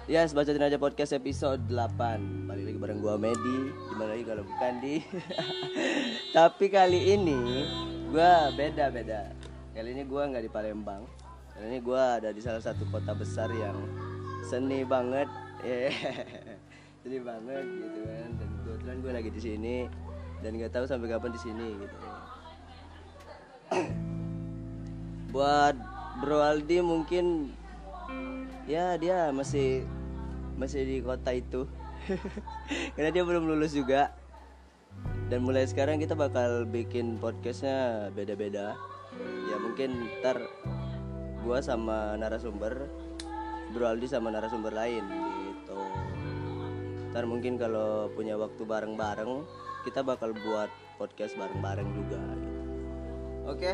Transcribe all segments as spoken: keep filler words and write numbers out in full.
Ya, yes, Bacotin Aja Podcast episode delapan. Balik lagi bareng gua Medi. Dimana lagi kalau bukan di Tapi kali ini gua beda-beda. Kali ini gua gak di Palembang. Kali ini gua ada di salah satu kota besar yang seni banget. Seni banget gitu kan. Dan kebetulan gua lagi di sini dan gak tahu sampai kapan di sini gitu. Buat Bro Aldi mungkin ya dia masih masih di kota itu karena dia belum lulus juga. Dan mulai sekarang kita bakal bikin podcastnya beda-beda. Ya mungkin ntar gua sama narasumber, Bro Aldi sama narasumber lain gitu. Ntar mungkin kalau punya waktu bareng-bareng kita bakal buat podcast bareng-bareng juga gitu. Oke.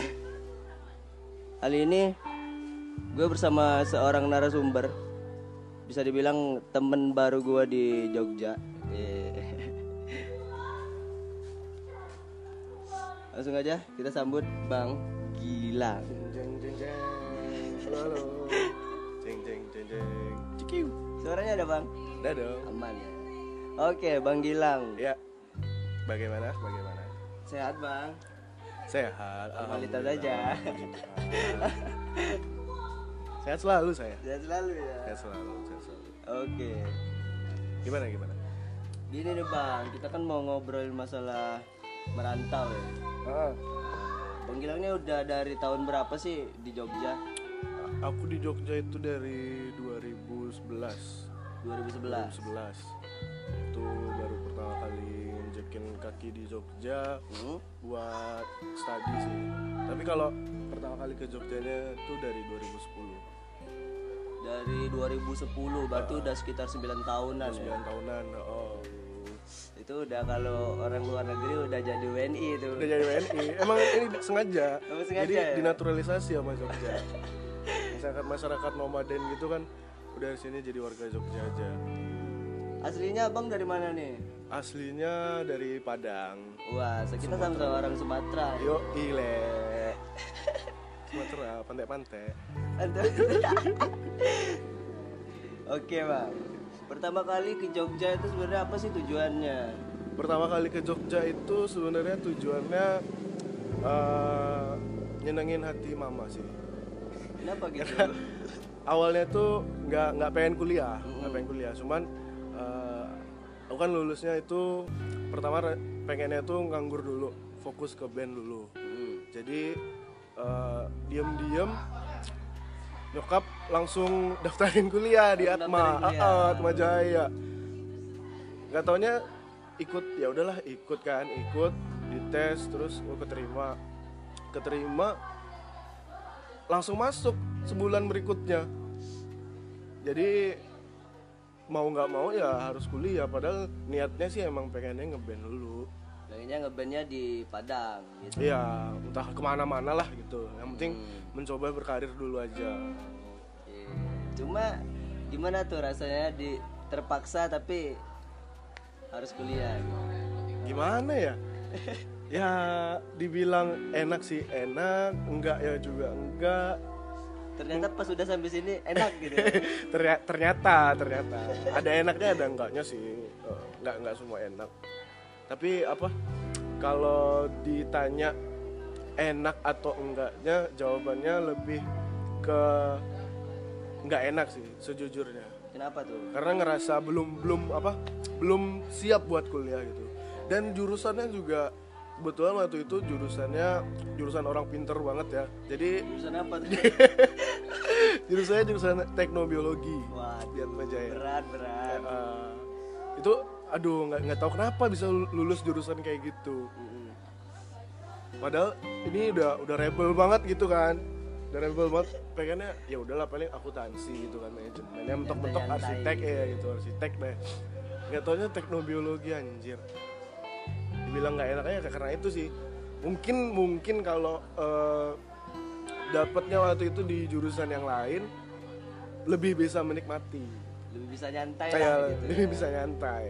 Kali ini gue bersama seorang narasumber, bisa dibilang temen baru gue di Jogja. Yeah. Langsung aja kita sambut Bang Gilang. Jeng jeng jeng. Halo halo. Jeng jeng jeng jeng. Cikiu. Suaranya ada Bang? Ada dong. Aman ya. Oke Bang Gilang. Ya. Bagaimana? Bagaimana? Sehat Bang? Sehat. Formalitas aja. Sehat selalu saya. Sehat selalu ya. Sehat selalu. Sehat selalu. Oke. Gimana gimana? Gini nih Bang, kita kan mau ngobrolin masalah merantau ya. Ah. Bang Gilangnya udah dari tahun berapa sih di Jogja? Aku di Jogja itu dari dua ribu sebelas. dua ribu sebelas. dua ribu sebelas. Itu baru pertama kali njekin kaki di Jogja Hmm? buat studi sih. Tapi kalau pertama kali ke Jogjanya itu dari dua ribu sepuluh. Dari dua ribu sepuluh berarti Uh, udah sekitar sembilan tahunan ya. sembilan tahunan. Oh. Itu udah kalau orang luar negeri udah jadi W N I itu. Udah jadi W N I. Emang ini sengaja. Emang sengaja Jadi ya? dinaturalisasi sama Jogja. Masyarakat masyarakat nomaden gitu kan udah di sini jadi warga Jogja aja. Aslinya Abang dari mana nih? Aslinya dari Padang. Wah, kita sama-sama orang Sumatera. Yo ile. Sumatera, pantai-pantai. Oke Bang. Pertama kali ke Jogja itu sebenarnya apa sih tujuannya? Pertama kali ke Jogja itu sebenarnya tujuannya uh, nyenengin hati mama sih. Kenapa gitu? Awalnya tuh nggak nggak pengen kuliah, nggak pengen kuliah. Cuman uh, aku kan lulusnya itu pertama pengennya tuh nganggur dulu, fokus ke band dulu. Hmm. Jadi uh, diem-diem nyokap langsung daftarin kuliah di Atma, Daftarin kuliah. ah, ah, Atma Jaya. Nggak taunya ikut, ya udahlah ikut kan, ikut dites terus gue keterima, keterima langsung masuk sebulan berikutnya. Jadi mau nggak mau ya harus kuliah. Padahal niatnya sih emang pengennya ngeband dulu. Pengennya ngebandnya di Padang gitu. Iya, entah kemana-mana lah gitu. Yang penting Hmm. mencoba berkarir dulu aja. Oke. Cuma gimana tuh rasanya di terpaksa tapi harus kuliah gitu. Gimana ya? Ya dibilang enak sih enak, enggak ya juga enggak. Ternyata pas sudah sampai sini enak gitu. Ternya- ternyata ternyata ada enaknya ada enggaknya sih. Eh, enggak enggak semua enak. Tapi apa? Kalau ditanya enak atau enggaknya, jawabannya lebih ke enggak enak sih sejujurnya. Kenapa tuh? Karena ngerasa belum belum apa? Belum siap buat kuliah gitu. Dan jurusannya juga kebetulan waktu itu jurusannya jurusan orang pinter banget ya. Jadi Jurusan apa tuh? jurusannya jurusan teknobiologi. Wah, di Atma Jaya. berat berat. Eh, itu aduh nggak nggak tahu kenapa bisa lulus jurusan kayak gitu. Mm-mm. Padahal ini udah udah rebel banget gitu kan. Udah rebel banget, pengennya ya udahlah paling akuntansi gitu kan, manajemen. Yang mentok-mentok Nyantai-nyantai. arsitek ya gitu, arsitek deh. Nggak taunya teknobiologi anjir. Dibilang nggak enaknya ya karena itu sih. Mungkin mungkin kalau eh, dapatnya waktu itu di jurusan yang lain lebih bisa menikmati. Lebih bisa nyantai Kayak lah gitu. lebih bisa nyantai.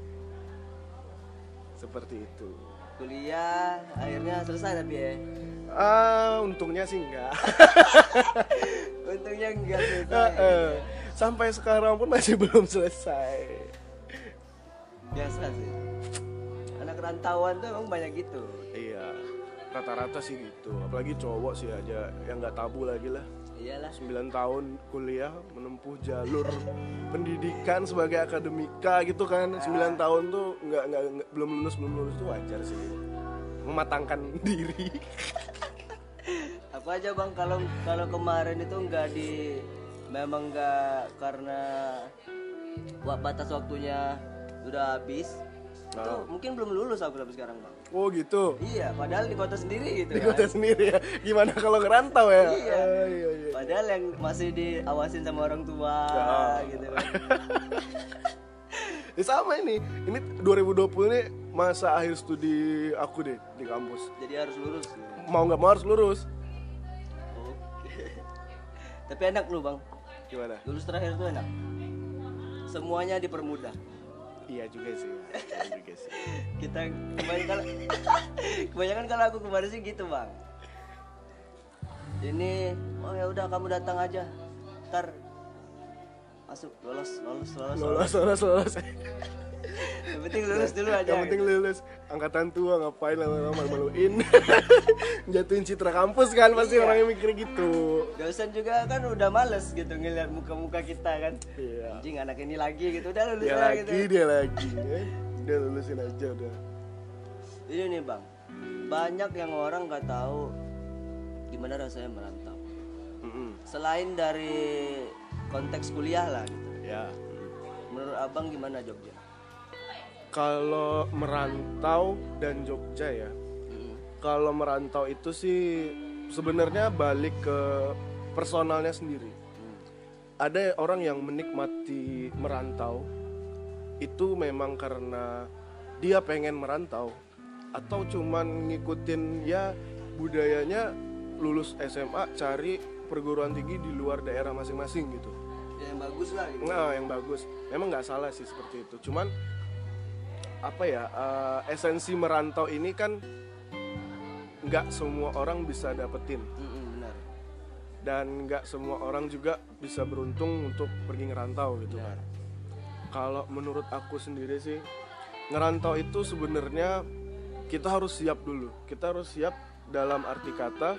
Seperti itu. Kuliah akhirnya selesai tapi ya. Ah, untungnya sih enggak. Untungnya enggak selesai. Eh, eh. sampai sekarang pun masih belum selesai. Biasa sih. Anak rantauan tuh emang banyak gitu. Iya, rata-rata sih gitu. Apalagi cowok sih aja yang nggak tabu lagi lah. Iyalah. sembilan tahun kuliah menempuh jalur pendidikan sebagai akademika gitu kan. sembilan tahun tuh nggak nggak nggak- belum lulus belum lulus tuh wajar sih. Mematangkan diri. Apa aja bang, kalau kalau kemarin itu nggak di, memang nggak karena wa- batas waktunya udah habis, itu Oh. mungkin belum lulus aku sampai sekarang bang. Oh gitu. Iya, padahal di kota sendiri gitu Di kan. kota sendiri ya. Gimana kalau ngerantau ya? Iya. Ah, iya, iya. Padahal yang masih diawasin sama orang tua Ya. gitu kan. Ya sama ini. Ini dua ribu dua puluh ini masa akhir studi aku deh di kampus. Jadi harus lurus. Gitu. Mau nggak mau harus lurus. Oke. Tapi enak lu bang, Gimana? lulus terakhir tuh enak. Semuanya dipermudah. Iya juga sih. Iya juga sih. Kita kebanyakan kebanyakan kalau aku kemarin sih gitu bang. Ini oh ya udah kamu datang aja, ntar masuk lolos lolos lolos. lolos. Lolos, lolos, lolos. Yang penting lulus dulu aja. Yang penting gitu. lulus. Angkatan tua ngapain lama-lama malu-maluin. Jatuhin citra kampus kan pasti Iya. orang yang mikir gitu. Dosen juga kan udah males gitu ngeliat muka-muka kita kan. Iya. Anjing anak ini lagi gitu, udah lulus Dia aja lagi, gitu. dia lagi. Eh, Udah lulusin aja udah. Ini nih bang, banyak yang orang nggak tahu gimana rasanya merantau. Mm-mm. Selain dari konteks kuliah lah gitu. Ya. Menurut abang gimana Jogja? Kalau merantau dan Jogja ya. Mm. Kalau merantau itu sih sebenarnya balik ke personalnya sendiri. Hmm. Ada orang yang menikmati merantau itu memang karena dia pengen merantau atau cuman ngikutin ya budayanya lulus S M A cari perguruan tinggi di luar daerah masing-masing gitu. Ya, yang bagus lah gitu. Nah, yang bagus. Memang nggak salah sih seperti itu. Cuman apa ya eh, esensi merantau ini kan nggak semua orang bisa dapetin Mm-mm, benar. dan nggak semua orang juga bisa beruntung untuk pergi ngerantau gitu kan. Kalau menurut aku sendiri sih ngerantau itu sebenarnya kita harus siap dulu. Kita harus siap dalam arti kata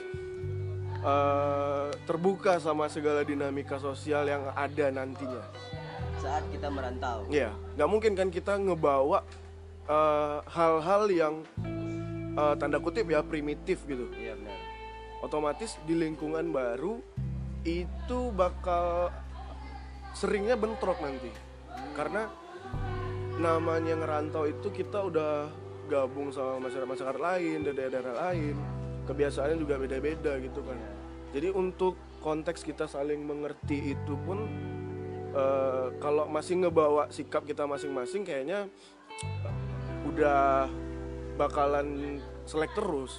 eh, terbuka sama segala dinamika sosial yang ada nantinya. Saat kita merantau. Iya, nggak mungkin kan kita ngebawa eh, hal-hal yang eh, tanda kutip ya primitif gitu. Iya benar. Otomatis di lingkungan baru itu bakal seringnya bentrok nanti. Karena namanya ngerantau itu kita udah gabung sama masyarakat-masyarakat lain, dari daerah lain, kebiasaannya juga beda-beda gitu kan. Jadi untuk konteks kita saling mengerti itu pun Uh, kalau masih ngebawa sikap kita masing-masing kayaknya uh, udah bakalan selek terus.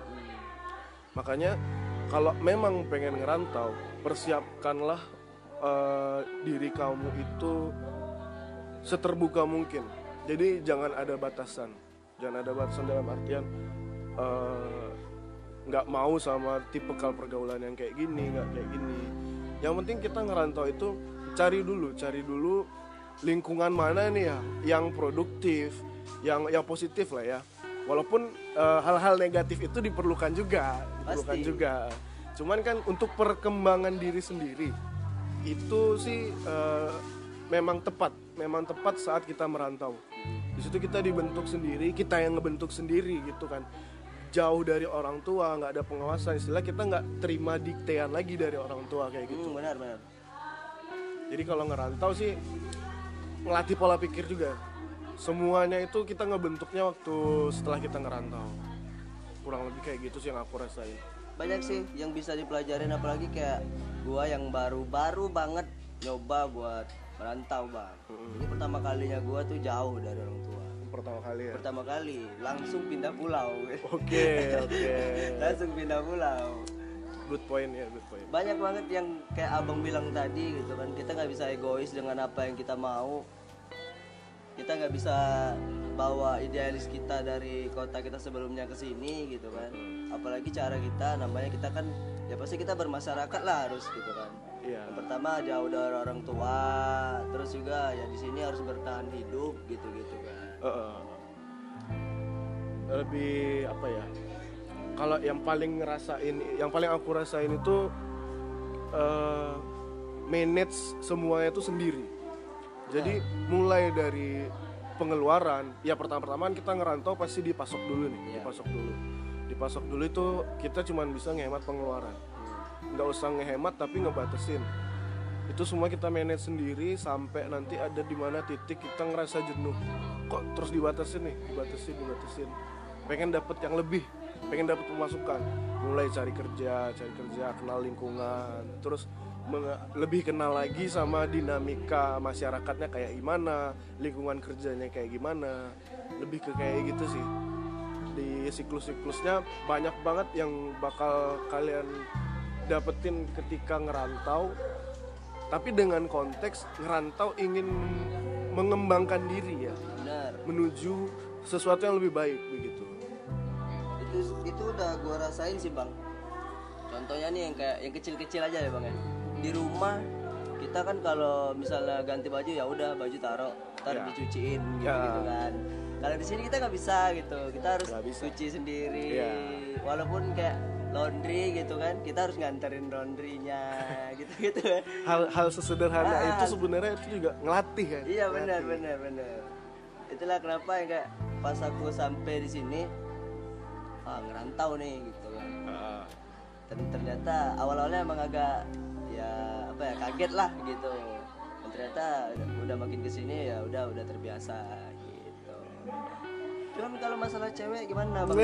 Makanya kalau memang pengen ngerantau, persiapkanlah uh, diri kamu itu seterbuka mungkin. Jadi jangan ada batasan, jangan ada batasan dalam artian uh, nggak mau sama tipikal pergaulan yang kayak gini, nggak kayak gini. Yang penting kita ngerantau itu cari dulu, cari dulu lingkungan mana nih ya yang produktif, yang yang positif lah ya. Walaupun uh, hal-hal negatif itu diperlukan juga, diperlukan Pasti. juga. Cuman kan untuk perkembangan diri sendiri itu sih uh, memang tepat, memang tepat saat kita merantau. Di situ kita dibentuk sendiri, kita yang ngebentuk sendiri gitu kan. Jauh dari orang tua, nggak ada pengawasan, istilah kita nggak terima diktean lagi dari orang tua kayak gitu. Hmm, benar benar. Jadi kalau ngerantau sih ngelatih pola pikir juga. Semuanya itu kita ngebentuknya waktu setelah kita ngerantau. Kurang lebih kayak gitu sih yang aku rasain. Banyak sih yang bisa dipelajarin, apalagi kayak gua yang baru-baru banget nyoba buat merantau bang. Ini pertama kalinya gua tuh jauh dari orang tua. Pertama kali ya. Pertama kali langsung pindah pulau. Oke, oke. Langsung pindah pulau. Good point ya, good point. Banyak banget yang kayak abang bilang tadi gitu kan, kita nggak bisa egois dengan apa yang kita mau. Kita nggak bisa bawa idealis kita dari kota kita sebelumnya ke sini gitu kan. Apalagi cara kita, namanya kita kan ya pasti kita bermasyarakat lah harus gitu kan. Iya. Yang pertama jauh dari orang tua, terus juga ya di sini harus bertahan hidup gitu-gitu kan. Uh, lebih apa ya? Kalau yang paling ngerasain, yang paling aku rasain itu uh, manage semuanya itu sendiri. Jadi Nah. mulai dari pengeluaran, ya pertama-pertama kita ngerantau pasti dipasok dulu nih, Iya. dipasok dulu. Dipasok dulu itu kita cuma bisa ngehemat pengeluaran. Nggak usah ngehemat tapi ngebatasin. Itu semua kita manage sendiri sampai nanti ada di mana titik kita ngerasa jenuh. Kok terus dibatasin nih, dibatasin, dibatasin. Pengen dapet yang lebih, pengen dapet pemasukan. Mulai cari kerja, cari kerja, kenal lingkungan, terus menge- lebih kenal lagi sama dinamika masyarakatnya kayak gimana, lingkungan kerjanya kayak gimana. Lebih ke kayak gitu sih. Di siklus-siklusnya banyak banget yang bakal kalian dapetin ketika ngerantau, tapi dengan konteks ngerantau ingin mengembangkan diri ya, Benar. menuju sesuatu yang lebih baik begitu. Itu itu udah gua rasain sih bang. Contohnya nih yang kayak yang kecil-kecil aja ya bang ya. Di rumah kita kan kalau misalnya ganti baju ya udah baju taruh, ntar Ya. dicuciin gitu, Ya. gitu kan. Kalau di sini kita nggak bisa gitu, kita harus Nggak bisa. cuci sendiri. Ya. Walaupun kayak laundry gitu kan, kita harus nganterin laundrynya gitu-gitu kan. Hal-hal sesederhana Ah. itu sebenarnya itu juga ngelatih kan. Iya benar Ngelatih. benar benar. Itulah kenapa ya kayak pas aku sampai di sini ah ngerantau nih gitu kan. Ah. Dan ternyata awal-awalnya emang agak ya apa ya kaget lah gitu. Dan ternyata udah, udah makin kesini ya udah udah terbiasa gitu. Cuman kalau masalah cewek gimana bang?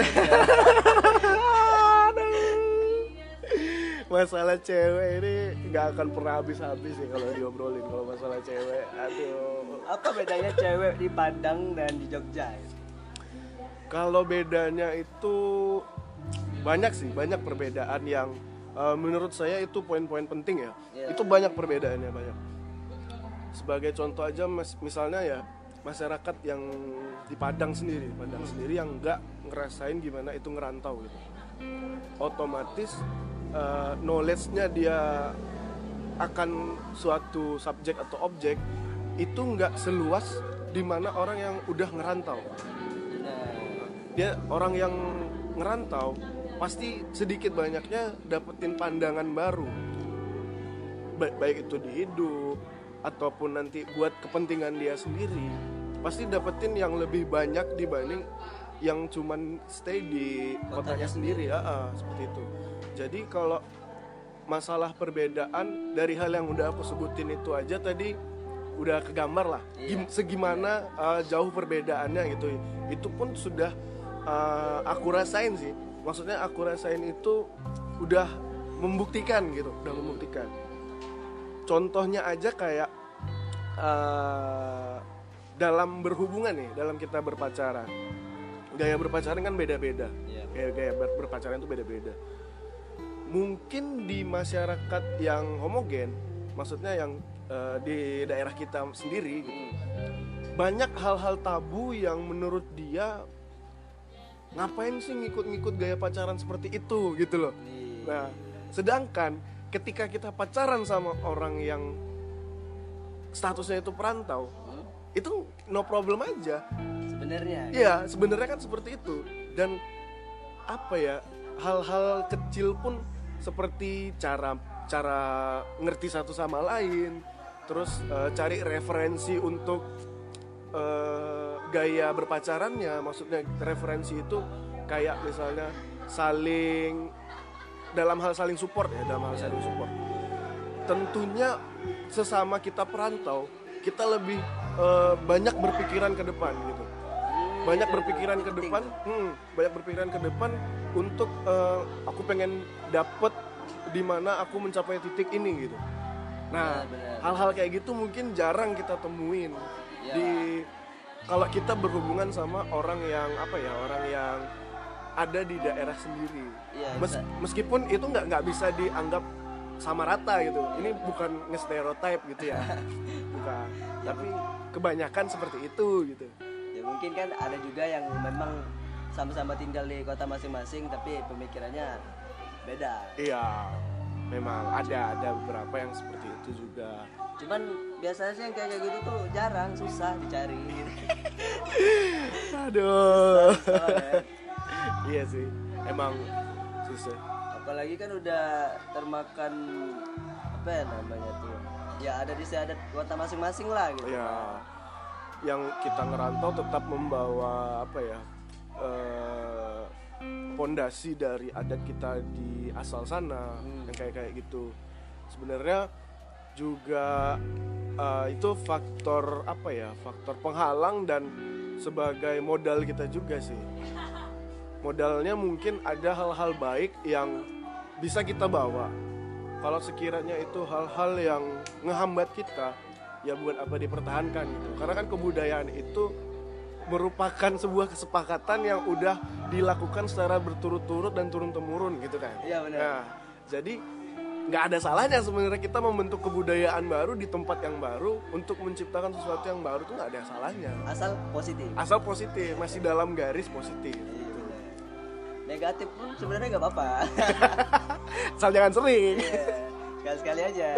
Masalah cewek ini nggak akan pernah habis-habis sih kalau diobrolin. Kalau masalah cewek, aduh. Apa bedanya cewek di Padang dan di Jogja? Kalau bedanya itu banyak sih, banyak perbedaan yang uh, menurut saya itu poin-poin penting ya. Iya. Itu banyak perbedaannya banyak. Sebagai contoh aja, mas, misalnya ya masyarakat yang di Padang sendiri, Padang sendiri yang nggak ngerasain gimana itu ngerantau gitu. Otomatis uh, knowledge-nya dia akan suatu subjek atau objek itu nggak seluas dimana orang yang udah ngerantau. Nah, Dia orang yang ngerantau pasti sedikit banyaknya dapetin pandangan baru, ba- baik itu di hidup ataupun nanti buat kepentingan dia sendiri, pasti dapetin yang lebih banyak dibanding yang cuman stay di kotanya sendiri. Ya, ah, seperti itu. Jadi kalau masalah perbedaan dari hal yang udah aku sebutin itu aja tadi udah kegambar lah. Iya. Gim- segimana uh, jauh perbedaannya gitu. Itu pun sudah uh, aku rasain sih. Maksudnya aku rasain itu udah membuktikan gitu, udah membuktikan. Contohnya aja kayak uh, dalam berhubungan nih, dalam kita berpacaran. Gaya berpacaran kan beda-beda. Iya. Gaya gaya ber- berpacaran itu beda-beda. Mungkin di masyarakat yang homogen, maksudnya yang uh, di daerah kita sendiri gitu, banyak hal-hal tabu yang menurut dia ngapain sih ngikut-ngikut gaya pacaran seperti itu gitu loh. Nah, sedangkan ketika kita pacaran sama orang yang statusnya itu perantau, itu no problem aja. sebenarnya Iya, sebenarnya kan seperti itu. Dan apa ya, hal-hal kecil pun seperti cara cara ngerti satu sama lain, terus eh, cari referensi untuk eh, gaya berpacarannya. Maksudnya referensi itu kayak misalnya saling dalam hal saling support ya, dalam hal saling support. Tentunya sesama kita perantau, kita lebih eh, banyak berpikiran ke depan gitu. Banyak berpikiran ke depan, hmm, banyak berpikiran ke depan untuk eh, aku pengen dapet di mana aku mencapai titik ini gitu. Nah, Benar, benar. hal-hal kayak gitu mungkin jarang kita temuin Ya. di kalau kita berhubungan sama orang yang apa ya, orang yang ada di daerah sendiri. Iya, Mes- bisa. meskipun itu nggak nggak bisa dianggap sama rata gitu. Ini bukan nge-stereotype gitu ya, bukan. Tapi kebanyakan seperti itu gitu. Ya mungkin kan ada juga yang memang sama-sama tinggal di kota masing-masing tapi pemikirannya beda. Iya, memang ada ada beberapa yang seperti itu juga. Cuman biasanya sih yang kayak kayak gitu tuh jarang, susah dicari gitu. Aduh. Susah, ya. Iya sih, emang susah. Apalagi kan udah termakan apa ya namanya tuh, ya ada di adat kota masing-masing lah gitu. Ya, yang kita ngerantau tetap membawa apa ya, eh, pondasi dari adat kita di asal sana, hmm. yang kayak kayak gitu. Sebenarnya juga uh, itu faktor apa ya, faktor penghalang dan sebagai modal kita juga sih. Modalnya mungkin ada hal-hal baik yang bisa kita bawa. Kalau sekiranya itu hal-hal yang ngehambat kita, ya buat apa dipertahankan gitu. Karena kan kebudayaan itu merupakan sebuah kesepakatan yang udah dilakukan secara berturut-turut dan turun-temurun gitu kan. Iya benar. Nah, jadi nggak ada salahnya sebenarnya kita membentuk kebudayaan baru di tempat yang baru untuk menciptakan sesuatu yang baru, tuh nggak ada salahnya. Asal positif. Asal positif, masih dalam garis positif. Negatif pun sebenarnya nggak apa-apa. Asal jangan sering. Iya, sekali-sekali aja.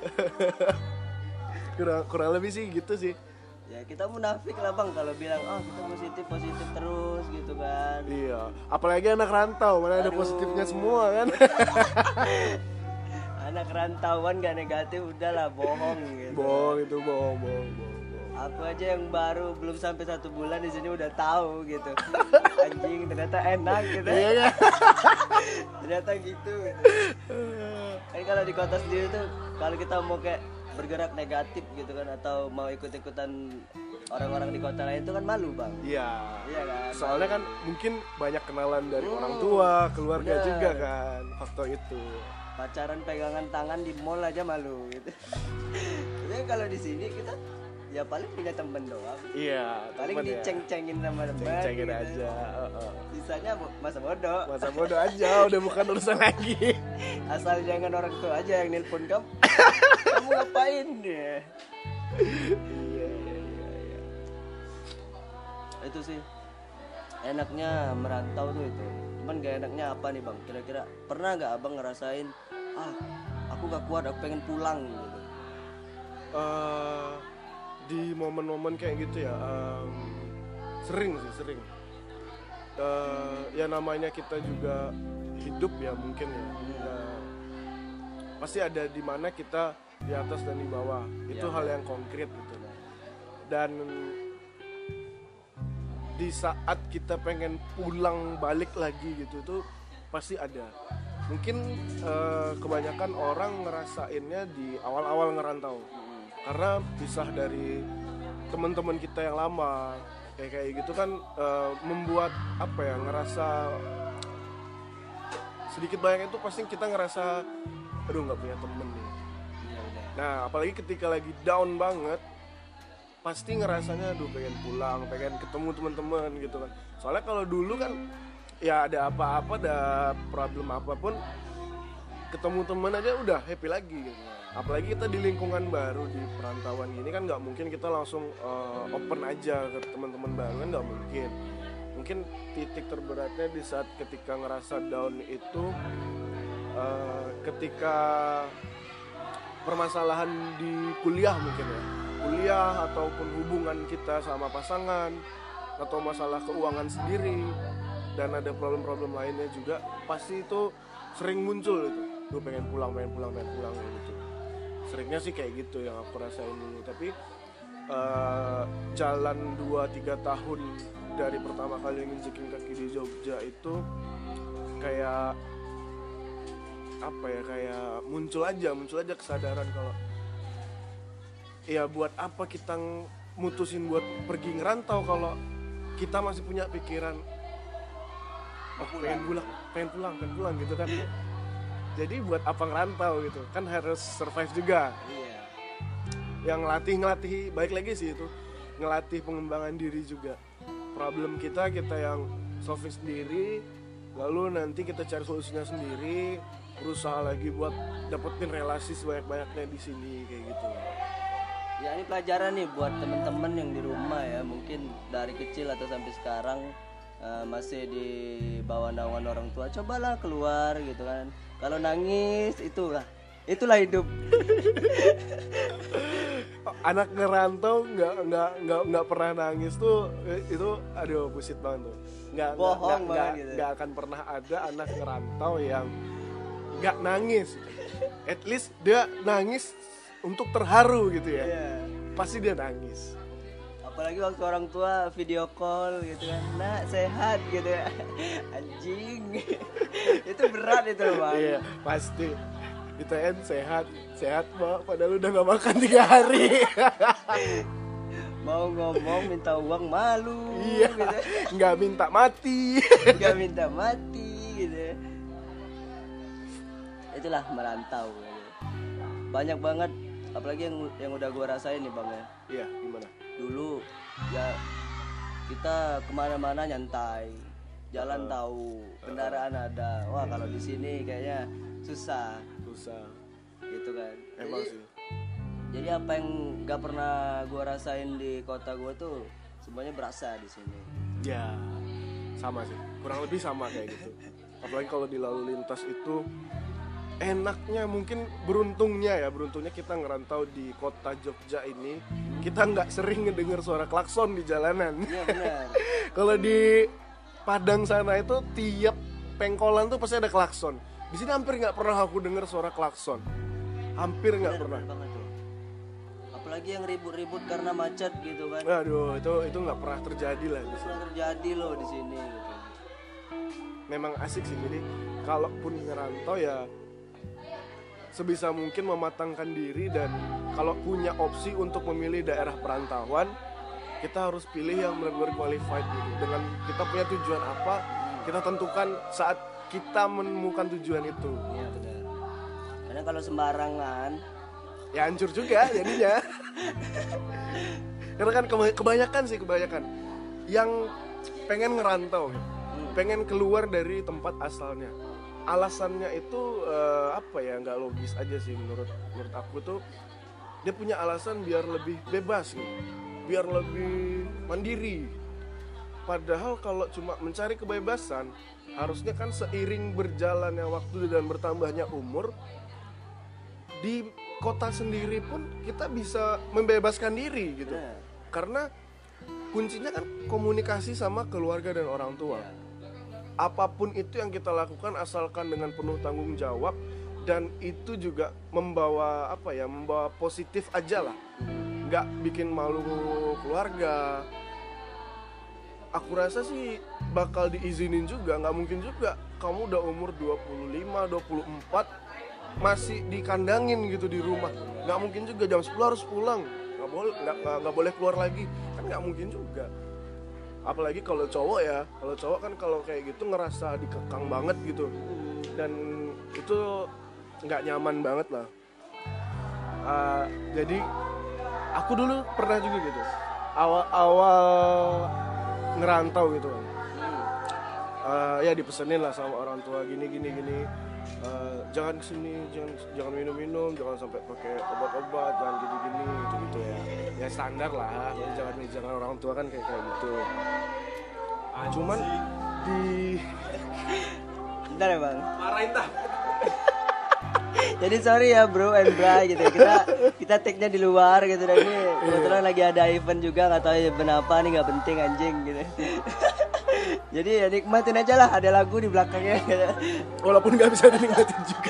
kurang kurang lebih sih gitu sih. Ya kita munafik lah bang kalau bilang oh kita positif positif terus gitu kan. Iya, apalagi anak rantau mana ada positifnya semua kan. Anak rantauan gak negatif udahlah bohong gitu. Bohong itu bohong bohong bohong. Aku aja yang baru belum sampai satu bulan di sini udah tahu gitu. Anjing ternyata enak gitu. Iya ya. Ternyata gitu. gitu. Kan kalau di kota sendiri tuh kalau kita mau kayak bergerak negatif gitu kan atau mau ikut-ikutan orang-orang di kota lain itu kan malu bang. Iya. Iya kan. Soalnya kan mungkin banyak kenalan dari hmm, orang tua, keluarga bener. Juga kan faktor itu. Pacaran pegangan tangan di mall aja malu gitu. Jadi kalau di sini kita ya paling punya temen doang. Iya. Paling diceng-cengin sama temen. Ceng-cengin gitu. aja. Uh-uh. Sisanya masa bodoh. Masa bodoh aja, udah bukan urusan lagi. Asal jangan orang tua aja yang nelpon kamu. Kamu ngapain ya? Iya iya iya iya. Itu sih enaknya merantau tuh itu. Cuman gak enaknya apa nih bang? Kira-kira pernah gak abang ngerasain ah aku gak kuat aku pengen pulang gitu? Uh, di momen-momen kayak gitu ya um, sering sih sering. Uh, ya namanya kita juga hidup ya mungkin ya. Uh, pasti ada di mana kita di atas dan di bawah. Itu ya, hal yang konkret gitu. Dan di saat kita pengen pulang balik lagi gitu tuh pasti ada. Mungkin uh, kebanyakan orang ngerasainnya di awal-awal ngerantau. Hmm. Karena pisah dari teman-teman kita yang lama. Kayak kayak gitu kan uh, membuat apa ya, ngerasa sedikit banyak itu pasti kita ngerasa aduh nggak punya temen nih. Nah apalagi ketika lagi down banget pasti ngerasanya aduh pengen pulang, pengen ketemu teman-teman gitu kan. Soalnya kalau dulu kan ya ada apa-apa, ada problem apapun, ketemu teman aja udah happy lagi gitu. Apalagi kita di lingkungan baru, di perantauan gini kan nggak mungkin kita langsung uh, open aja ke teman-teman baru kan, nggak mungkin. Mungkin titik terberatnya di saat ketika ngerasa down itu uh, ketika permasalahan di kuliah mungkin ya, kuliah ataupun hubungan kita sama pasangan atau masalah keuangan sendiri dan ada problem-problem lainnya juga pasti itu sering muncul itu. Gue pengen pulang, pengen pulang, pengen pulang gitu. Seringnya sih kayak gitu yang aku rasain dulu. Tapi uh, jalan dua tiga tahun dari pertama kali nginjekin kaki di Jogja itu kayak apa ya, kayak muncul aja muncul aja kesadaran kalau ya buat apa kita mutusin buat pergi ngerantau kalau kita masih punya pikiran oh, pengen pulang pengen pulang pengen pulang gitu kan. Jadi buat apa ngerantau gitu kan, harus survive juga. Iya. Yang ngelatih ngelatih baik lagi sih itu, ngelatih pengembangan diri juga. Problem kita kita yang solving sendiri, lalu nanti kita cari solusinya sendiri, berusaha lagi buat dapetin relasi sebanyak-banyaknya di sini kayak gitu. Ya ini pelajaran nih buat temen-temen yang di rumah ya, mungkin dari kecil atau sampai sekarang uh, masih di bawah naungan orang tua, cobalah keluar gitu kan. Kalau nangis itulah itulah hidup. Anak ngerantau nggak nggak nggak nggak pernah nangis tuh itu aduh bullshit banget tuh. Nggak Bohong nggak banget nggak gitu. nggak akan pernah ada anak ngerantau yang nggak nangis. At least dia nangis untuk terharu gitu ya. Iya. Pasti dia nangis. Apalagi waktu orang tua video call gitu kan, nak sehat gitu ya. Anjing. Itu berat itu loh bang. Iya pasti. Ditanyain sehat sehat mak padahal udah nggak makan tiga hari. Mau ngomong minta uang malu. Iya. Gitu. Nggak minta mati. Nggak minta mati gitu. Itulah merantau. Gitu. Banyak banget. Apalagi yang yang udah gue rasain nih bang ya. Iya gimana? Dulu ya kita kemana-mana nyantai, jalan Uh, tahu, kendaraan ada. Wah kalau di sini kayaknya susah, Susah. gitu kan. Emang Jadi, sih. jadi apa yang gak pernah gue rasain di kota gue tuh semuanya berasa di sini. Ya sama sih. Kurang lebih sama kayak gitu. Apalagi kalau di lalu lintas itu enaknya mungkin beruntungnya ya beruntungnya kita ngerantau di kota Jogja ini kita nggak sering ngedenger suara klakson di jalanan. Iya benar. Kalau di Padang sana itu tiap pengkolan tuh pasti ada klakson. Di sini hampir nggak pernah aku denger suara klakson. Hampir nggak pernah. Benar banget tuh. Apalagi yang ribut-ribut karena macet gitu kan. Aduh itu itu nggak pernah terjadi lah di sini. Pernah terjadi loh di sini. Gitu. Memang asik sih jadi kalaupun ngerantau ya sebisa mungkin mematangkan diri dan kalau punya opsi untuk memilih daerah perantauan kita harus pilih yang benar-benar qualified gitu. Dengan kita punya tujuan apa kita tentukan saat kita menemukan tujuan itu. Iya benar. Karena kalau sembarangan Ya hancur juga jadinya. Karena kan kebanyakan sih kebanyakan yang pengen ngerantau, pengen keluar dari tempat asalnya. Alasannya itu uh, apa ya nggak logis aja sih menurut menurut aku tuh dia punya alasan biar lebih bebas gitu, biar lebih mandiri. Padahal kalau cuma mencari kebebasan harusnya kan seiring berjalannya waktu dan bertambahnya umur di kota sendiri pun kita bisa membebaskan diri gitu. Karena kuncinya kan komunikasi sama keluarga dan orang tua. Apapun itu yang kita lakukan asalkan dengan penuh tanggung jawab dan itu juga membawa apa ya membawa positif aja lah, nggak bikin malu keluarga. Aku rasa sih bakal diizinin juga, nggak mungkin juga kamu udah umur dua puluh lima, dua puluh empat masih dikandangin gitu di rumah. Nggak mungkin juga jam sepuluh harus pulang, nggak boleh nggak, nggak, nggak boleh keluar lagi, kan nggak mungkin juga. Apalagi kalau cowok ya, kalau cowok kan kalau kayak gitu ngerasa dikekang banget gitu dan itu nggak nyaman banget lah. Uh, jadi aku dulu pernah juga gitu awal-awal ngerantau gitu kan, uh, ya dipesenin lah sama orang tua gini gini gini, uh, jangan kesini, jangan jangan minum minum, jangan sampai pakai obat-obat, jangan gini gini gitu gitu ya, ya standar lah, ya. jangan jangan orang tua kan kayak kayak gitu. Cuman di bentar ya bang. marahin dah. Jadi sorry ya bro and bra gitu. Kita kita take-nya di luar gitu dan ini kebetulan lagi ada event juga, nggak tahu event apa nih, nggak penting anjing gitu. Jadi ya nikmatin aja lah, ada lagu di belakangnya gitu. Walaupun nggak bisa dinikmatin juga.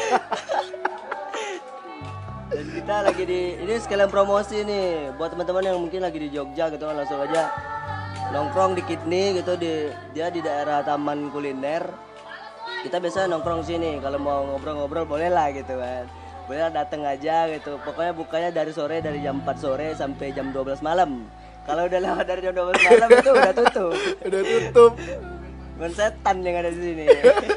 Dan kita lagi di ini sekalian promosi nih buat teman-teman yang mungkin lagi di Jogja gitu kan, langsung aja nongkrong di Kidney gitu, di dia di daerah Taman Kuliner. Kita biasa nongkrong sini, kalau mau ngobrol-ngobrol boleh lah gitu kan, boleh dateng aja gitu. Pokoknya bukanya dari sore, dari jam empat sore sampai jam dua belas malam. Kalau udah lewat dari jam dua belas malam itu udah tutup. Udah tutup. Bukan setan yang ada di sini.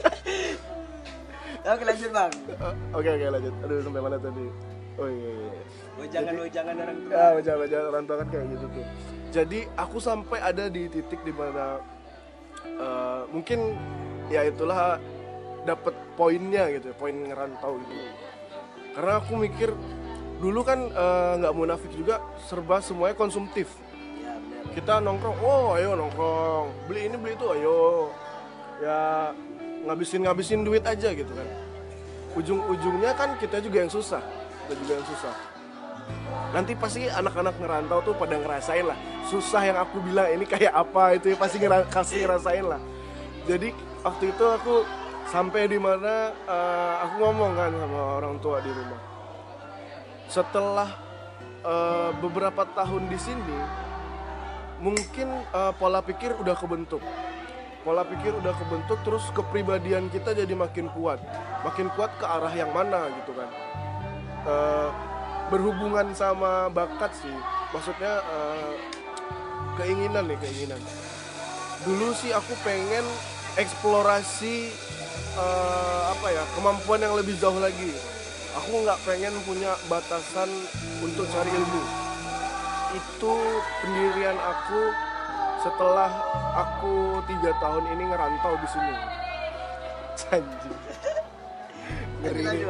Oke lanjut bang. Oke oke lanjut. Aduh sampai mana tadi? Oh iya iya. Wejangan wejangan orang tua. Ah wejangan wejangan orang tua kan kayak gitu tuh. Jadi aku sampai ada di titik dimana uh, mungkin ya itulah dapat poinnya gitu, poin ngerantau gitu. Karena aku mikir dulu kan nggak uh, munafik juga, serba semuanya konsumtif. Ya, benar. kita nongkrong, oh ayo nongkrong, beli ini beli itu, ayo ya ngabisin ngabisin duit aja gitu kan. Ujung-ujungnya kan kita juga yang susah, kita juga yang susah. Nanti pasti anak-anak ngerantau tuh pada ngerasain lah susah yang aku bilang ini kayak apa itu ya, pasti ngera- kasih ngerasain lah. Jadi waktu itu aku sampai di mana uh, aku ngomong kan sama orang tua di rumah. Setelah uh, beberapa tahun di sini, mungkin uh, pola pikir udah kebentuk. Pola pikir udah kebentuk, terus kepribadian kita jadi makin kuat, makin kuat ke arah yang mana gitu kan. Uh, berhubungan sama bakat sih, maksudnya uh, keinginan nih keinginan. Dulu sih aku pengen eksplorasi uh, apa ya kemampuan yang lebih jauh lagi. Aku nggak pengen punya batasan untuk cari ilmu. Itu pendirian aku setelah aku tiga tahun ini ngerantau di sini. Janji. Ngeri nih.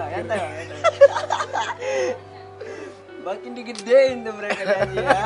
Makin digedein tuh mereka nyanyi ya.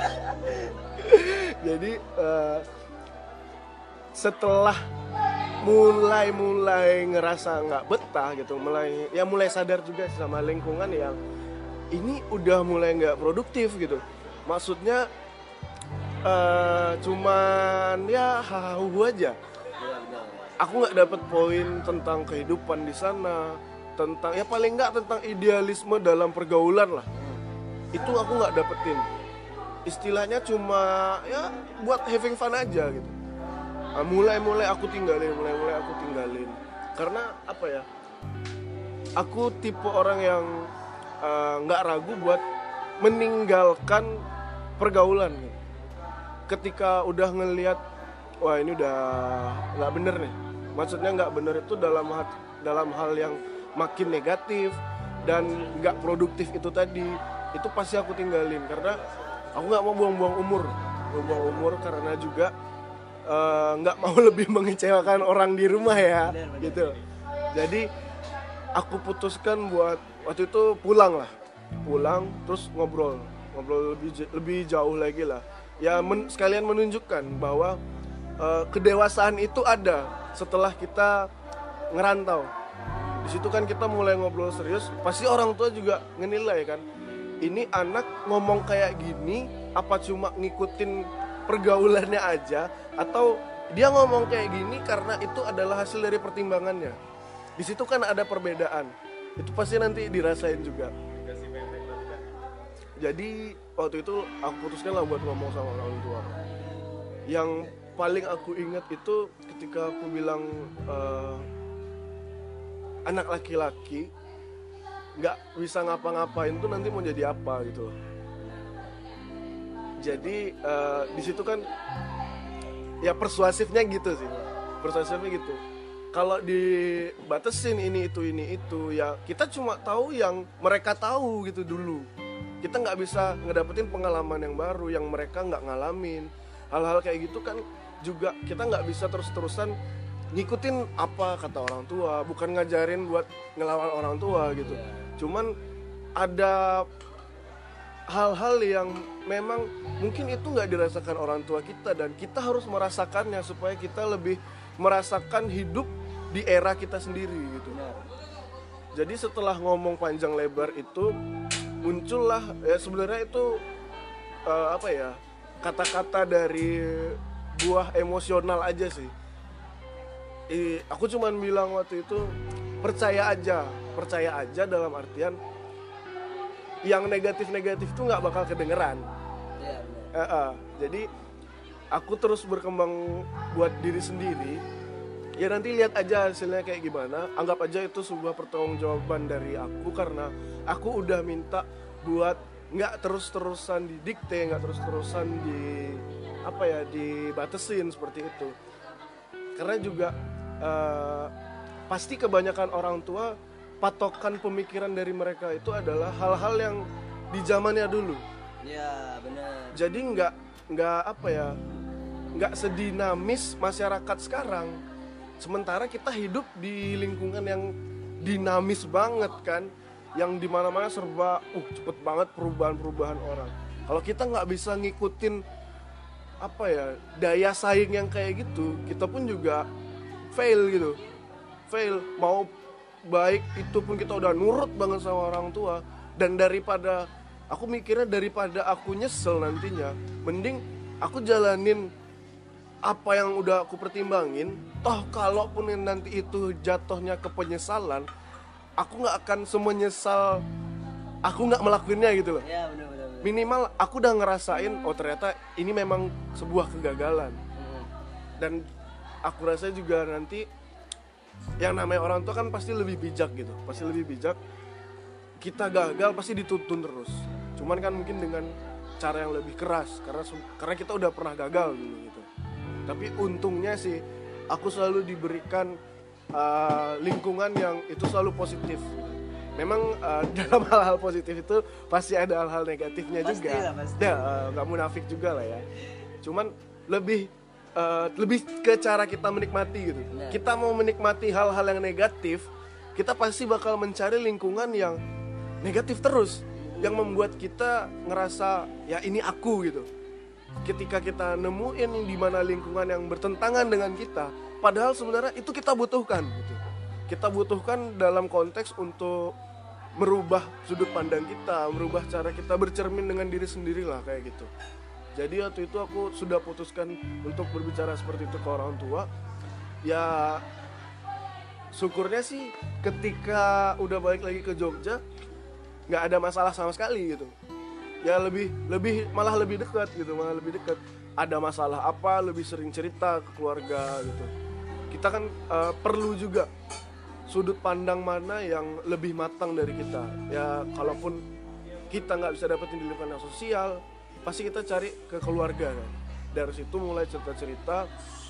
Jadi uh, setelah mulai-mulai ngerasa nggak betah gitu, mulai ya mulai sadar juga sama lingkungan yang ini udah mulai nggak produktif gitu. Maksudnya uh, cuman ya hahu aja. Aku nggak dapet poin tentang kehidupan di sana, tentang ya paling nggak tentang idealisme dalam pergaulan lah. Itu aku nggak dapetin. Istilahnya cuma ya buat having fun aja gitu. Nah, mulai-mulai aku tinggalin, mulai-mulai aku tinggalin. Karena apa ya? Aku tipe orang yang nggak uh, ragu buat meninggalkan pergaulan. Gitu. Ketika udah ngelihat, wah ini udah nggak bener nih. Maksudnya nggak bener itu dalam hal, dalam hal yang makin negatif dan nggak produktif itu tadi. Itu pasti aku tinggalin karena aku nggak mau buang-buang umur, buang-buang umur karena juga nggak uh, mau lebih mengecewakan orang di rumah ya, bener, bener, gitu. Jadi aku putuskan buat waktu itu pulang lah, pulang terus ngobrol, ngobrol lebih lebih jauh lagi lah. Ya men, sekalian menunjukkan bahwa uh, kedewasaan itu ada setelah kita ngerantau. Di situ kan kita mulai ngobrol serius, pasti orang tua juga ngenilai kan. Ini anak ngomong kayak gini apa cuma ngikutin pergaulannya aja atau dia ngomong kayak gini karena itu adalah hasil dari pertimbangannya. Di situ kan ada perbedaan. Itu pasti nanti dirasain juga. Jadi waktu itu aku putuskan lah buat ngomong sama orang tua. Yang paling aku ingat itu ketika aku bilang uh, anak laki-laki nggak bisa ngapa-ngapain tuh nanti mau jadi apa gitu. Jadi uh, di situ kan ya persuasifnya gitu sih, persuasifnya gitu. Kalau dibatasin ini itu ini itu ya kita cuma tahu yang mereka tahu gitu dulu. Kita nggak bisa ngedapetin pengalaman yang baru yang mereka nggak ngalamin. Hal-hal kayak gitu kan juga kita nggak bisa terus-terusan ngikutin apa kata orang tua, bukan ngajarin buat ngelawan orang tua gitu. Cuman ada hal-hal yang memang mungkin itu nggak dirasakan orang tua kita dan kita harus merasakannya supaya kita lebih merasakan hidup di era kita sendiri gitu. Jadi setelah ngomong panjang lebar itu muncullah ya sebenarnya itu uh, apa ya kata-kata dari buah emosional aja sih. I, aku cuman bilang waktu itu percaya aja, percaya aja dalam artian yang negatif-negatif tuh nggak bakal kedengeran. Yeah, yeah. Uh, uh, jadi aku terus berkembang buat diri sendiri. Ya nanti lihat aja hasilnya kayak gimana. Anggap aja itu sebuah pertanggungjawaban dari aku karena aku udah minta buat nggak terus-terusan didikte, nggak terus-terusan di apa ya dibatesin seperti itu. Karena juga uh, pasti kebanyakan orang tua patokan pemikiran dari mereka itu adalah hal-hal yang di zamannya dulu. Ya benar. Jadi nggak nggak apa ya nggak sedinamis masyarakat sekarang. Sementara kita hidup di lingkungan yang dinamis banget kan, yang dimana-mana serba uh cepet banget perubahan-perubahan orang. Kalau kita nggak bisa ngikutin apa ya, daya saing yang kayak gitu, kita pun juga fail gitu. Fail, mau baik itu pun kita udah nurut banget sama orang tua. Dan daripada, aku mikirnya daripada aku nyesel nantinya, mending aku jalanin apa yang udah aku pertimbangin. Toh kalaupun nanti itu jatuhnya ke penyesalan, aku gak akan semenyesal aku gak melakukannya gitu loh. Ya, bener, bener, bener. Minimal aku udah ngerasain, oh ternyata ini memang sebuah kegagalan. Hmm. Dan aku rasa juga nanti yang namanya orang tua kan pasti lebih bijak gitu, pasti lebih bijak. Kita gagal pasti dituntun terus, cuman kan mungkin dengan cara yang lebih keras, karena karena kita udah pernah gagal dulu gitu. Tapi untungnya sih aku selalu diberikan uh, lingkungan yang itu selalu positif. Memang uh, dalam hal-hal positif itu pasti ada hal-hal negatifnya Pasti juga. lah, pasti. Nah, uh, gak munafik juga lah ya. Cuman lebih uh, lebih ke cara kita menikmati gitu. Nah. Kita mau menikmati hal-hal yang negatif, kita pasti bakal mencari lingkungan yang negatif terus, yang membuat kita ngerasa ya ini aku gitu. Ketika kita nemuin di mana lingkungan yang bertentangan dengan kita, padahal sebenarnya itu kita butuhkan gitu. Kita butuhkan dalam konteks untuk merubah sudut pandang kita, merubah cara kita bercermin dengan diri sendiri lah kayak gitu. Jadi waktu itu aku sudah putuskan untuk berbicara seperti itu ke orang tua. Ya syukurnya sih ketika udah balik lagi ke Jogja nggak ada masalah sama sekali gitu. Ya lebih lebih malah lebih dekat gitu, malah lebih dekat. Ada masalah apa lebih sering cerita ke keluarga gitu. Kita kan uh, perlu juga sudut pandang mana yang lebih matang dari kita. Ya kalaupun kita nggak bisa dapetin di lingkungan sosial, pasti kita cari ke keluarga kan. Dari situ mulai cerita-cerita,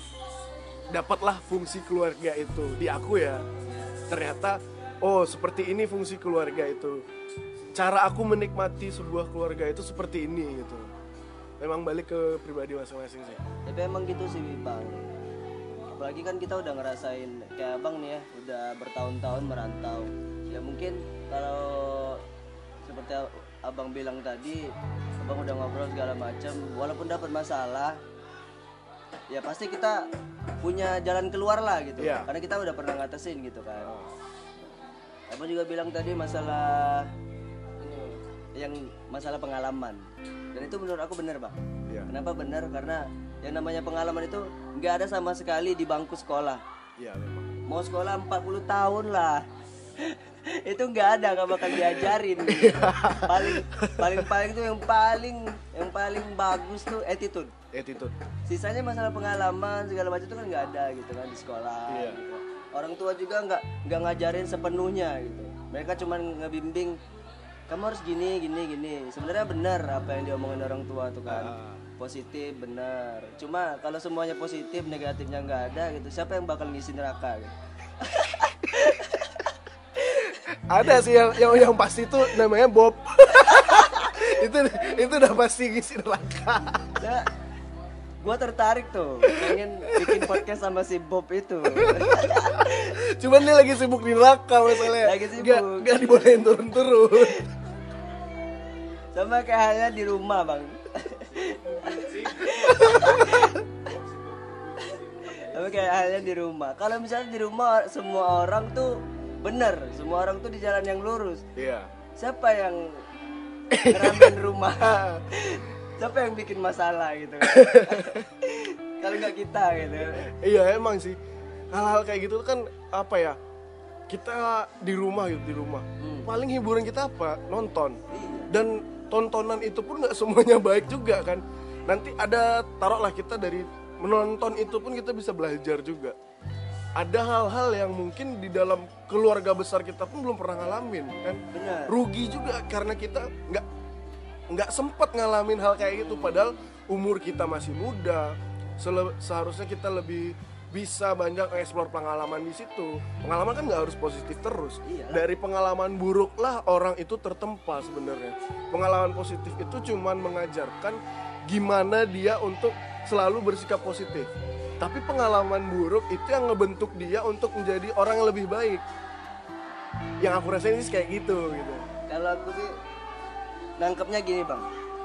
dapatlah fungsi keluarga itu di aku ya. Ternyata oh seperti ini fungsi keluarga itu. Cara aku menikmati sebuah keluarga itu seperti ini gitu. Memang balik ke pribadi masing-masing sih. Tapi emang gitu sih Bang. Apalagi kan kita udah ngerasain kayak Abang nih ya, udah bertahun-tahun merantau. Ya mungkin kalau seperti Abang bilang tadi, Abang udah ngobrol segala macam, walaupun dapat masalah, ya pasti kita punya jalan keluar lah gitu. Yeah. Karena kita udah pernah ngatasin gitu kan. Abang juga bilang tadi masalah ini, yang masalah pengalaman. Dan itu menurut aku benar Bang. Yeah. Kenapa benar? Karena yang namanya pengalaman itu nggak ada sama sekali di bangku sekolah. Iya memang. Mau sekolah empat puluh tahun lah itu nggak ada, nggak bakal diajarin gitu. paling paling paling tuh yang paling yang paling bagus tuh attitude Attitude. Sisanya masalah pengalaman segala macam itu kan nggak ada gitu kan di sekolah. Iya. Gitu. Orang tua juga nggak nggak ngajarin sepenuhnya gitu. Mereka cuma ngebimbing, kamu harus gini gini gini. Sebenarnya benar apa yang diomongin orang tua tuh kan. Ah. Positif benar. Cuma kalau semuanya positif, negatifnya nggak ada gitu, siapa yang bakal ngisi neraka gitu? Ada sih yang yang, yang pasti itu namanya Bob. itu itu udah pasti ngisi neraka. Nah, gua tertarik tuh pengen bikin podcast sama si Bob itu. Cuman dia lagi sibuk di neraka masalahnya. Lagi sibuk. Gak, gak dibolehin turun-turun. Sama kayak halnya di rumah Bang. Tapi kayak halnya di rumah. Kalau misalnya di rumah semua orang tuh bener, semua orang tuh di jalan yang lurus. Iya. Siapa yang ngeramein rumah? Siapa yang bikin masalah gitu? Kalau nggak kita gitu. Iya emang sih. Hal-hal kayak gitu kan apa ya? Kita di rumah gitu, di rumah. Hmm. Paling hiburan kita apa? Nonton. Iya. Dan tontonan itu pun nggak semuanya baik juga kan. Nanti ada, taruhlah kita dari menonton itu pun kita bisa belajar juga. Ada hal-hal yang mungkin di dalam keluarga besar kita pun belum pernah ngalamin kan. Benar. Rugi juga karena kita nggak nggak sempat ngalamin hal kayak gitu. Padahal umur kita masih muda. Sele- seharusnya kita lebih bisa banyak eksplor pengalaman di situ. Pengalaman kan nggak harus positif terus. Iyalah. Dari pengalaman buruk lah orang itu tertempa sebenarnya. Pengalaman positif itu cuman mengajarkan gimana dia untuk selalu bersikap positif. Tapi pengalaman buruk itu yang ngebentuk dia untuk menjadi orang yang lebih baik. Yang aku rasain sih kayak gitu gitu. Kalau aku sih nangkepnya gini Bang.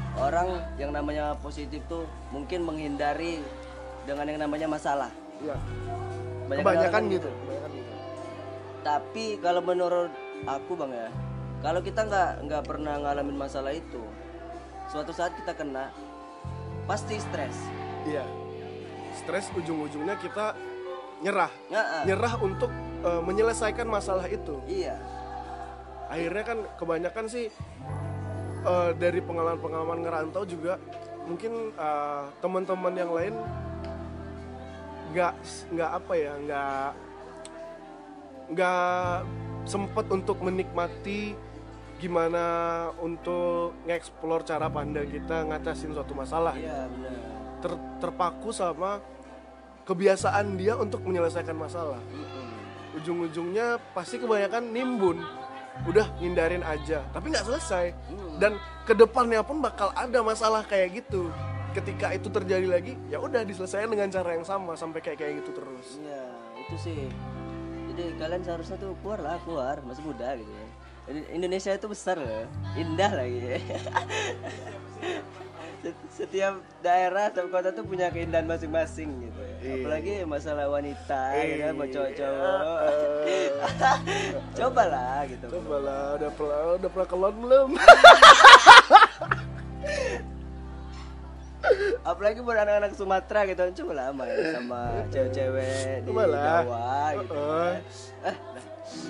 orang yang namanya positif tuh mungkin menghindari dengan yang namanya masalah. Iya. Banyak Kebanyakan orang gitu. Kebanyakan gitu. Tapi kalau menurut aku bang ya, kalau kita nggak nggak pernah ngalamin masalah itu, suatu saat kita kena, pasti stres. Iya. Stres ujung-ujungnya kita nyerah. Nggak, Nyerah untuk uh, menyelesaikan masalah itu. iya. Akhirnya kan kebanyakan sih uh, dari pengalaman-pengalaman ngerantau juga mungkin uh, teman-teman yang lain nggak nggak apa ya nggak nggak sempet untuk menikmati gimana untuk nge-explore cara pandang kita ngatasin suatu masalah. Iya benar. Ter, terpaku sama kebiasaan dia untuk menyelesaikan masalah. Mm-mm. Ujung-ujungnya pasti kebanyakan nimbun, udah hindarin aja tapi nggak selesai. Mm. Dan kedepannya pun bakal ada masalah kayak gitu. Ketika itu terjadi lagi ya udah diselesaikan dengan cara yang sama sampai kayak kayak gitu terus. Iya itu sih. Jadi kalian seharusnya tuh keluar lah keluar masih muda gitu ya. Indonesia itu besar loh, indah lagi. Setiap daerah, setiap kota tuh punya keindahan masing-masing gitu. Iya. Apalagi masalah wanita, Iya. gitu kan, buat cowok-cowok. Cobalah gitu. Cobalah, udah pernah udah pernah kelon belum? Apalagi buat anak-anak Sumatera gitu, cobalah main sama cewek-cewek di Cobalah. Jawa gitu. Uh-uh. Eh, dah.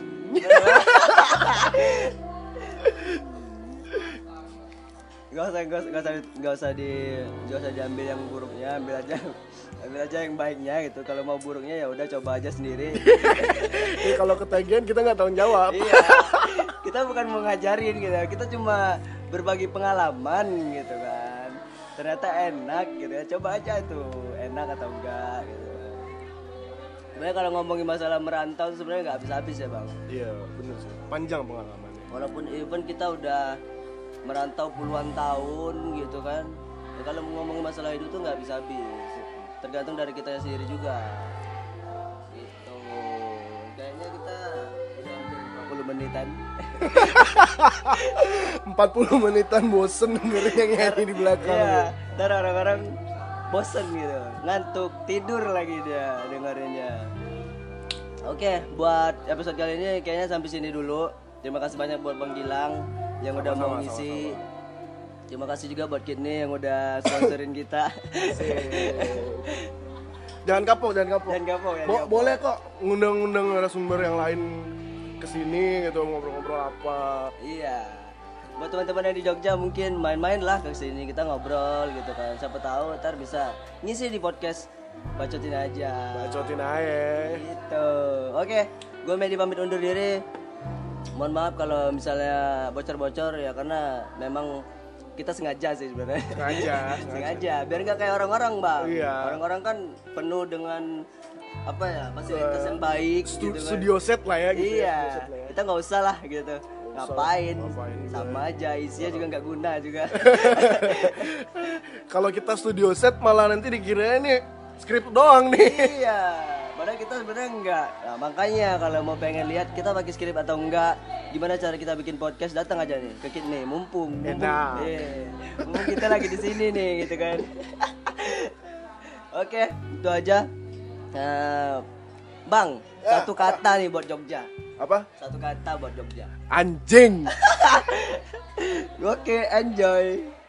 Gak usah, gak usah, gak usah, gak usah di, gak usah diambil yang buruknya, ambil aja, ambil aja yang baiknya gitu. Kalau mau buruknya ya udah coba aja sendiri. Jadi kalau ketagihan kita nggak tanggung jawab. Iya, kita bukan mau ngajarin gitu, kita cuma berbagi pengalaman gitu kan. Ternyata enak gitu ya, coba aja tuh enak atau enggak gitu. Sebenarnya kalau ngomongin masalah merantau sebenarnya nggak habis-habis ya bang. Iya, benar sih. Panjang pengalamannya. Walaupun even kita udah merantau puluhan tahun gitu kan, ya kalau ngomongin masalah hidup tuh nggak bisa habis, tergantung dari kita sendiri juga gitu. Kayaknya kita udah hampir empat puluh menitan. empat puluh menitan bosen dengerin yang nyanyi di belakang. Iya, ntar orang-orang bosen gitu, ngantuk, tidur lagi dia dengerinnya. Oke, buat episode kali ini kayaknya sampai sini dulu. Terima kasih banyak buat Bang Gilang yang udah mau Sama-sama, ngisi. sama-sama. Terima kasih juga buat Kidney yang udah sponsorin kita. Jangan kapok, jangan kapok. Dan kapok ya. Bo- boleh kok ngundang-ngundang narasumber yang lain kesini gitu, ngobrol-ngobrol apa. Iya. Buat teman-teman yang di Jogja mungkin main-main lah ke sini, kita ngobrol gitu kan. Siapa tahu ntar bisa ngisi di podcast Bacotin aja. Bacotin aja. Gitu. Oke, gue Medi pamit undur diri. Mohon maaf kalau misalnya bocor-bocor ya karena memang kita sengaja sih sebenarnya. Sengaja, sengaja. Biar nggak kayak orang-orang bang. Iya. Orang-orang kan penuh dengan apa ya fasilitas yang baik. Stu- gitu kan. Studio set lah ya gitu. Iya. Ya, studio set lah ya. Kita nggak usah lah gitu. Ngapain? ngapain gitu Sama aja isinya juga nggak guna juga. Kalau kita studio set malah nanti dikira ini skrip doang nih. Iya. Padahal kita sebenarnya enggak. Nah, makanya kalau mau pengen lihat kita pakai skrip atau enggak, gimana cara kita bikin podcast, datang aja nih ke Kidney, mumpung. mumpung. Enak. Eh, mumpung kita lagi di sini nih gitu kan. Oke, itu aja. Nah, Bang, Ya, satu kata nih buat Jogja. Apa? Satu kata buat Jogja. Anjing. Oke, enjoy.